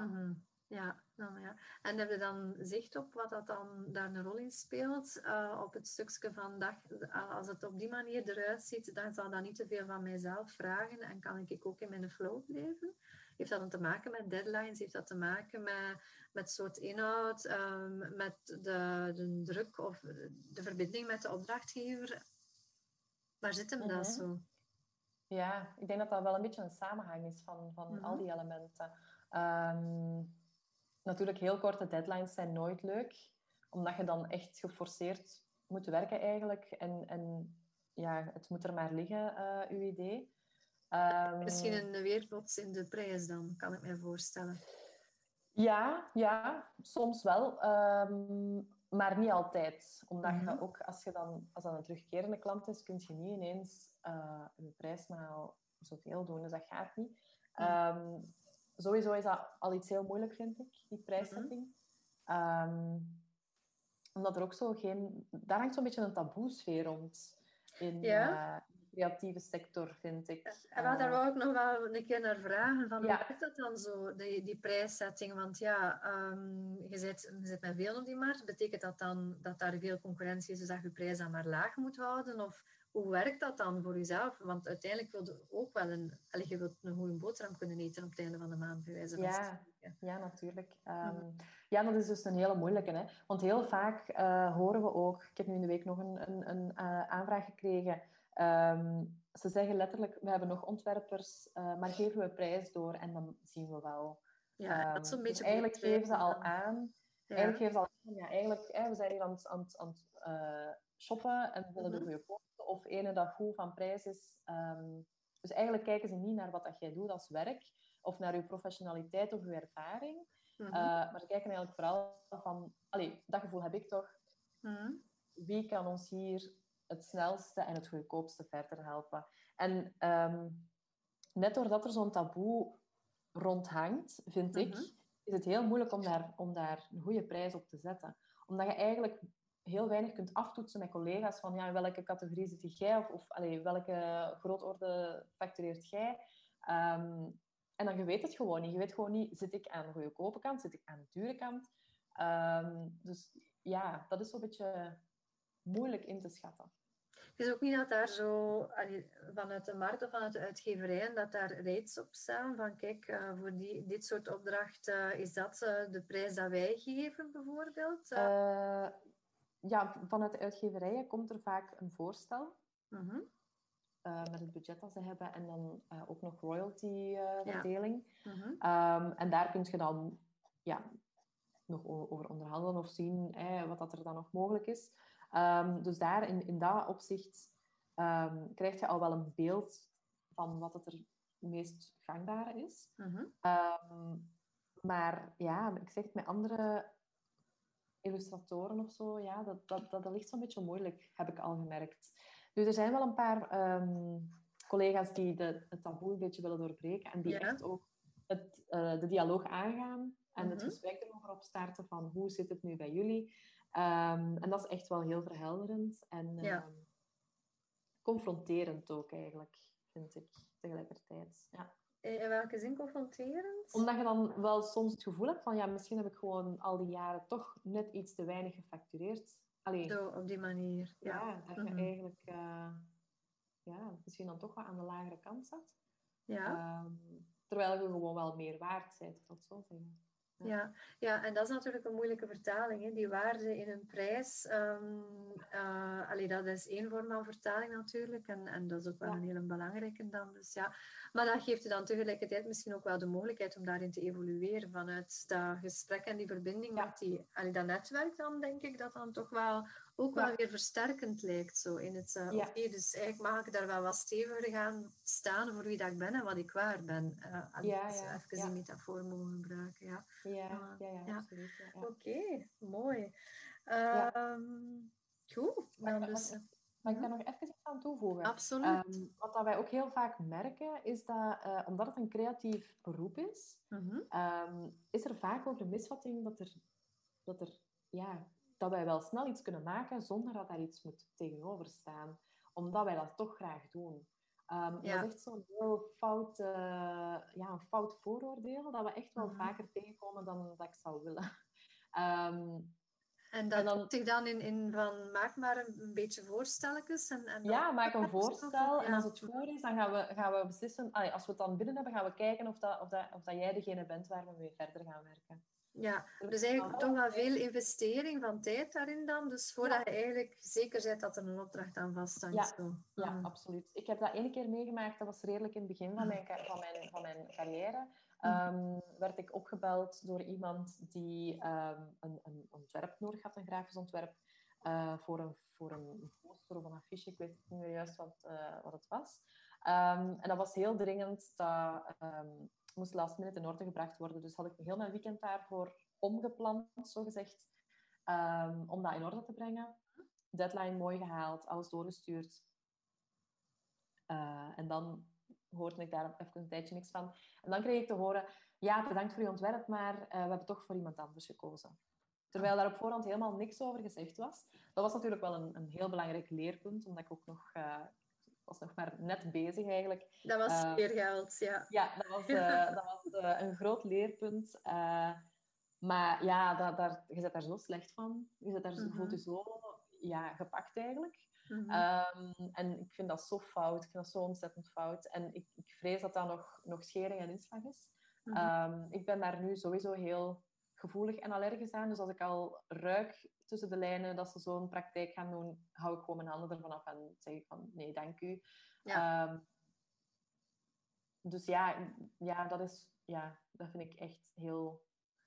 En heb je dan zicht op wat dat dan daar een rol in speelt? Op het stukje van als het op die manier eruit ziet, dan zal dat niet te veel van mijzelf vragen en kan ik ook in mijn flow blijven? Heeft dat dan te maken met deadlines? Heeft dat te maken met soort inhoud, met de druk of de verbinding met de opdrachtgever? Waar zit hem dat zo? Ja, ik denk dat dat wel een beetje een samenhang is van al die elementen. Natuurlijk, heel korte deadlines zijn nooit leuk, omdat je dan echt geforceerd moet werken eigenlijk. En het moet er maar liggen, uw idee. Misschien een weerbots in de prijs dan, kan ik me voorstellen. Ja, soms wel. Maar niet altijd. Omdat je ook, als dat een terugkerende klant is, kun je niet ineens je prijs maar zoveel doen. Dus dat gaat niet. Sowieso is dat al iets heel moeilijk, vind ik, die prijszetting. Omdat er ook daar hangt zo'n beetje een taboe-sfeer rond in de creatieve sector, vind ik. Daar wou ik nog wel een keer naar vragen. Hoe werkt dat dan zo, die prijszetting? Want je zit met veel op die markt. Betekent dat dan dat daar veel concurrentie is, dus dat je prijs dan maar laag moet houden? Of hoe werkt dat dan voor jezelf? Want uiteindelijk wil je ook wel je wilt een goede boterham kunnen eten op het einde van de maand, bij wijze van spreken. Ja, natuurlijk. Dat is dus een hele moeilijke. Hè? Want heel vaak horen we ook... Ik heb nu in de week nog een aanvraag gekregen. Ze zeggen letterlijk, we hebben nog ontwerpers, maar geven we prijs door en dan zien we wel. Dat is een beetje... Dus eigenlijk geven ze al aan... we zijn hier aan het shoppen en we willen de goede kosten. Of ene dat goed van prijs is. Dus eigenlijk kijken ze niet naar wat dat jij doet als werk, of naar je professionaliteit of je ervaring. Maar ze kijken eigenlijk vooral van... dat gevoel heb ik toch. Wie kan ons hier het snelste en het goedkoopste verder helpen? En net doordat er zo'n taboe rondhangt, vind ik, is het heel moeilijk om daar een goede prijs op te zetten. Omdat je eigenlijk heel weinig kunt aftoetsen met collega's van in welke categorie zit jij of welke grootorde factureert jij. En dan je weet het gewoon niet. Je weet gewoon niet, zit ik aan de goedkope kant, zit ik aan de dure kant? Dus dat is zo'n beetje moeilijk in te schatten. Het is ook niet dat daar zo vanuit de markt of vanuit de uitgeverijen dat daar rates op staan van kijk, voor dit soort opdracht is dat de prijs dat wij geven bijvoorbeeld? Vanuit de uitgeverijen komt er vaak een voorstel met het budget dat ze hebben en dan ook nog royalty verdeling. En daar kun je dan nog over onderhandelen of zien wat dat er dan nog mogelijk is. Dus daar, in dat opzicht, krijg je al wel een beeld van wat het er meest gangbare is. Maar ik zeg het met andere illustratoren of zo, dat ligt zo'n beetje moeilijk, heb ik al gemerkt. Dus er zijn wel een paar collega's die het taboe een beetje willen doorbreken en die echt ook de dialoog aangaan en het gesprek erover opstarten van hoe zit het nu bij jullie. En dat is echt wel heel verhelderend en confronterend ook eigenlijk, vind ik, tegelijkertijd. Ja. In welke zin confronterend? Omdat je dan wel soms het gevoel hebt van ja, misschien heb ik gewoon al die jaren toch net iets te weinig gefactureerd. Allee, zo, op die manier. Ja, dat je eigenlijk misschien dan toch wel aan de lagere kant zat. Ja. Terwijl je gewoon wel meer waard bent, of dat zo zeggen. Ja, en dat is natuurlijk een moeilijke vertaling. Hè? Die waarde in een prijs. Dat is één vorm van vertaling natuurlijk. En dat is ook wel een hele belangrijke dan. Dus ja. Maar dat geeft je dan tegelijkertijd misschien ook wel de mogelijkheid om daarin te evolueren. Vanuit dat gesprek en die verbinding met dat netwerk dan, denk ik, dat dan toch wel ook wel weer versterkend lijkt. Zo, in het, Oké, dus eigenlijk mag ik daar wel wat steviger gaan staan voor wie dat ik ben en wat ik waar ben. Even die metafoor mogen gebruiken. Ja, absoluut. Ja. Oké, mooi. Goed. Mag ik daar nog even iets aan toevoegen? Absoluut. Wat dat wij ook heel vaak merken, is dat omdat het een creatief beroep is, is er vaak ook de misvatting dat wij wel snel iets kunnen maken zonder dat daar iets moet tegenover staan. Omdat wij dat toch graag doen. Dat is echt zo'n heel een fout vooroordeel dat we echt wel vaker tegenkomen dan dat ik zou willen. En dat dan zich dan in van maak maar een beetje voorstelletjes. Maak een voorstel. En als het goed is, dan gaan we beslissen. Als we het dan binnen hebben, gaan we kijken of dat jij degene bent waar we mee verder gaan werken. Ja, dus eigenlijk toch wel veel investering van tijd daarin dan. Dus voordat je eigenlijk zeker bent dat er een opdracht aan vasthangt. Ja, absoluut. Ik heb dat 1 keer meegemaakt. Dat was redelijk in het begin van mijn carrière. Werd ik opgebeld door iemand die een ontwerp nodig had, een grafisch ontwerp, voor een poster of een affiche. Ik weet niet meer juist wat het was. En dat was heel dringend. Dat moest last minute in orde gebracht worden. Dus had ik heel mijn weekend daarvoor omgepland, zogezegd, om dat in orde te brengen. Deadline mooi gehaald, alles doorgestuurd. En dan hoorde ik daar even een tijdje niks van. En dan kreeg ik te horen, ja, bedankt voor je ontwerp, maar we hebben toch voor iemand anders gekozen. Terwijl daar op voorhand helemaal niks over gezegd was. Dat was natuurlijk wel een heel belangrijk leerpunt, omdat ik ook nog... was nog maar net bezig eigenlijk. Dat was leergeld, ja. Ja, dat was een groot leerpunt. Maar ja, je bent daar zo slecht van. Je voelt je zo gepakt eigenlijk. En ik vind dat zo fout. Ik vind dat zo ontzettend fout. En ik vrees dat dat nog schering en inslag is. Ik ben daar nu sowieso heel gevoelig en allergisch aan. Dus als ik al ruik tussen de lijnen dat ze zo'n praktijk gaan doen, hou ik gewoon mijn handen ervan af en zeg ik van nee, dank u. Dus dat vind ik echt heel...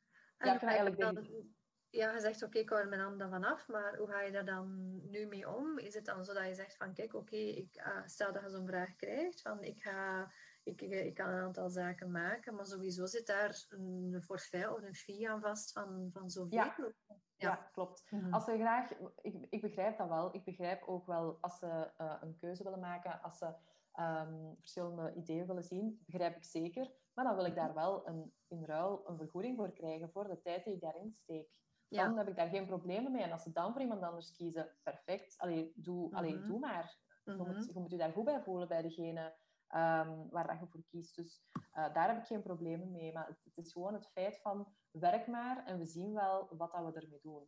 je zegt oké, ik hou er mijn handen van af, maar hoe ga je daar dan nu mee om? Is het dan zo dat je zegt van kijk, stel dat je zo'n vraag krijgt, van ik kan een aantal zaken maken, maar sowieso zit daar een forfait of een fee aan vast van zoveel. Ja, klopt. Als ze graag... Ik begrijp dat wel. Ik begrijp ook wel als ze een keuze willen maken, als ze verschillende ideeën willen zien, begrijp ik zeker. Maar dan wil ik daar wel in ruil een vergoeding voor krijgen voor de tijd die ik daarin steek. Dan heb ik daar geen problemen mee. En als ze dan voor iemand anders kiezen, perfect. Doe maar. Je moet je daar goed bij voelen bij degene waar dat je voor kiest. Dus daar heb ik geen problemen mee. Maar het is gewoon het feit van werk maar en we zien wel wat dat we ermee doen.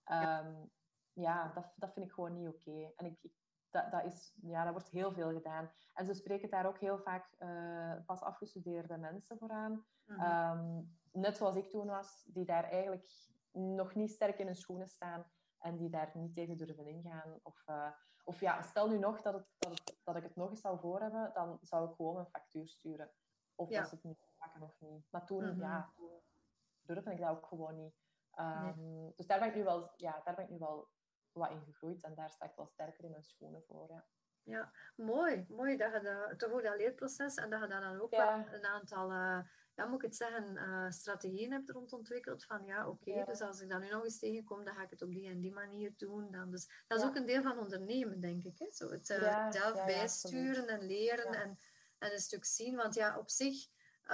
Dat vind ik gewoon niet oké. En daar wordt heel veel gedaan. En ze spreken daar ook heel vaak pas afgestudeerde mensen voor aan. Net zoals ik toen was, die daar eigenlijk nog niet sterk in hun schoenen staan en die daar niet tegen durven ingaan. Of stel nu nog dat ik het nog eens zou voor hebben, dan zou ik gewoon een factuur sturen. Of was het niet pakken of niet. Maar toen durfde ik dat ook gewoon niet. Dus daar ben ik nu wel wat in gegroeid en daar sta ik wel sterker in mijn schoenen voor. Ja, mooi dat je toch ook dat leerproces en dat je daar dan ook wel een aantal ja, moet ik het zeggen, strategieën hebt rond ontwikkeld van dus als ik dat nu nog eens tegenkom, dan ga ik het op die en die manier doen. Dan. Dus dat is ook een deel van ondernemen, denk ik. Hè? Zo het zelf bijsturen en leren en een stuk zien. Want op zich,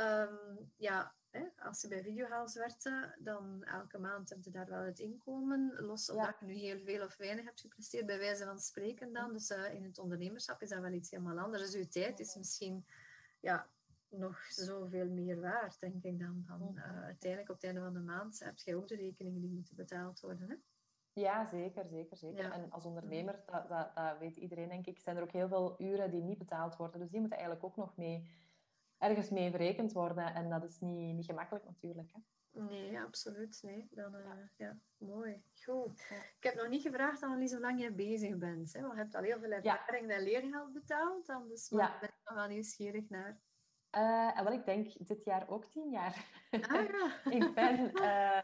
als je bij Videohouse werkte, dan elke maand heb je daar wel het inkomen. Los of dat je nu heel veel of weinig hebt gepresteerd, bij wijze van spreken dan. Dus in het ondernemerschap is dat wel iets helemaal anders. Dus je tijd is misschien nog zoveel meer waard, denk ik, dan uiteindelijk op het einde van de maand heb je ook de rekeningen die moeten betaald worden. Hè? Ja, zeker. Ja. En als ondernemer, dat weet iedereen, denk ik, zijn er ook heel veel uren die niet betaald worden. Dus die moeten eigenlijk ook nog ergens mee verrekend worden. En dat is niet gemakkelijk natuurlijk. Hè? Nee, absoluut. Nee. Dan, mooi. Goed. Ja. Ik heb nog niet gevraagd, Annelies, hoe lang jij bezig bent. Hè? Want je hebt al heel veel ervaring en leergeld betaald. Dan, dus ben ik nog wel nieuwsgierig naar. Wel, ik denk dit jaar ook 10 jaar. Ik ben...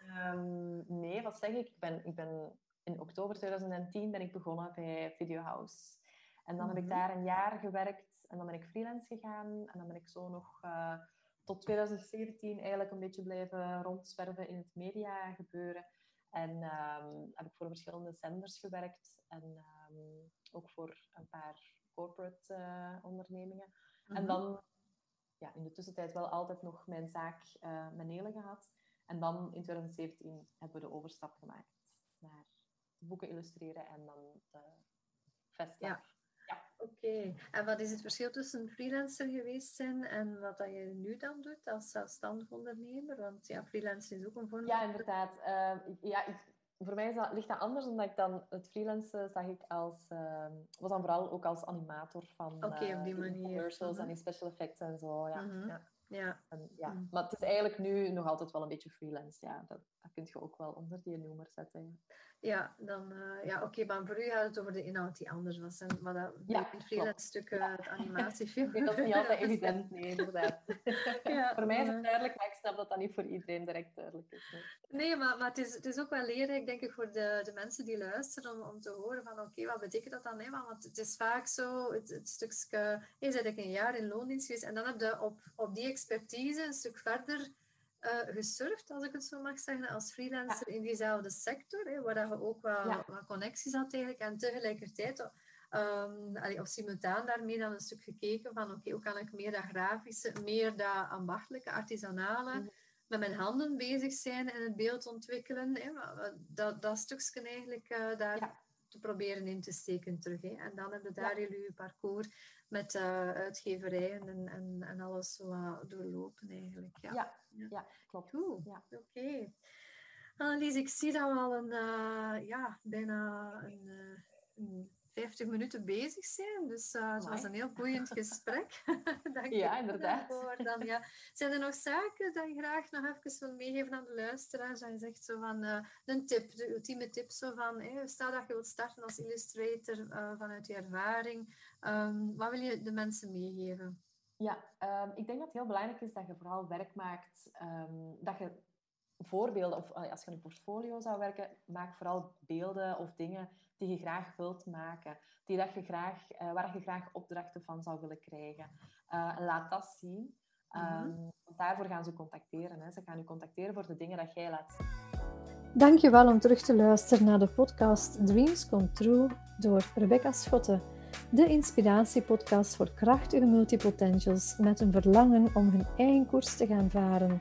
nee, wat zeg ik? Ik ben in oktober 2010 ben ik begonnen bij Videohouse. En dan heb ik daar een jaar gewerkt. En dan ben ik freelance gegaan. En dan ben ik zo nog tot 2017 eigenlijk een beetje blijven rondzwerven in het media gebeuren. En heb ik voor verschillende zenders gewerkt. En ook voor een paar corporate ondernemingen. En dan... in de tussentijd wel altijd nog mijn zaak Menele gehad. En dan in 2017 hebben we de overstap gemaakt naar boeken illustreren en dan de festival. Ja. Oké. En wat is het verschil tussen freelancer geweest zijn en wat dat je nu dan doet als zelfstandig ondernemer? Want freelancer is ook een vorm van... Ja, inderdaad. Voor mij ligt dat anders, omdat ik dan het freelancen zag ik was dan vooral ook als animator van op die manier. Commercials en die special effects en zo. Ja. Maar het is eigenlijk nu nog altijd wel een beetje freelance. Ja, dat kun je ook wel onder die noemer zetten. Ja, dan... maar voor u gaat het over de inhoud die anders was. En wat dat het freelance stuk, het animatiefilm... Dat is niet altijd evident, nee, inderdaad. Voor mij is het duidelijk, maar ik snap dat dat niet voor iedereen direct duidelijk is. Nee, maar het is ook wel leerrijk, denk ik, voor de mensen die luisteren, om te horen van, wat betekent dat dan? Hè? Want het is vaak zo, het stukje... Je bent een jaar in loondienst geweest en dan heb je op die expertise een stuk verder... gesurfd, als ik het zo mag zeggen, als freelancer in diezelfde sector, waar je ook wat connecties had eigenlijk, en tegelijkertijd of simultaan daarmee dan een stuk gekeken van hoe kan ik meer dat grafische, meer dat ambachtelijke, artisanale, met mijn handen bezig zijn en het beeld ontwikkelen, dat stukje eigenlijk daar te proberen in te steken terug. En dan hebben we daar jullie parcours met uitgeverijen en alles zo doorlopen eigenlijk. Ja, klopt. Goed, ja. Oké. Annelies, ik zie dat we al bijna een 50 minuten bezig zijn. Dus het was een heel boeiend gesprek. Dank je inderdaad. Dan, zijn er nog zaken dat je graag nog even wil meegeven aan de luisteraars? Dat je zegt zo van een tip, de ultieme tip, zo van stel dat je wilt starten als illustrator vanuit je ervaring. Wat wil je de mensen meegeven? Ja, ik denk dat het heel belangrijk is dat je vooral werk maakt, dat je voorbeelden, of als je een portfolio zou werken, maak vooral beelden of dingen die je graag wilt maken, waar je graag opdrachten van zou willen krijgen. En laat dat zien. Want daarvoor gaan ze contacteren. Hè. Ze gaan je contacteren voor de dingen dat jij laat zien. Dankjewel om terug te luisteren naar de podcast Dreams Come True door Rebecca Schotten. De inspiratiepodcast voor krachtige multipotentials met een verlangen om hun eigen koers te gaan varen.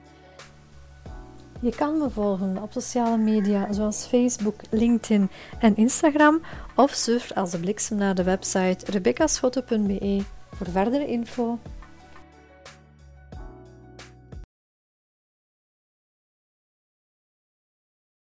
Je kan me volgen op sociale media zoals Facebook, LinkedIn en Instagram of surf als de bliksem naar de website rebeccaschotten.be voor verdere info.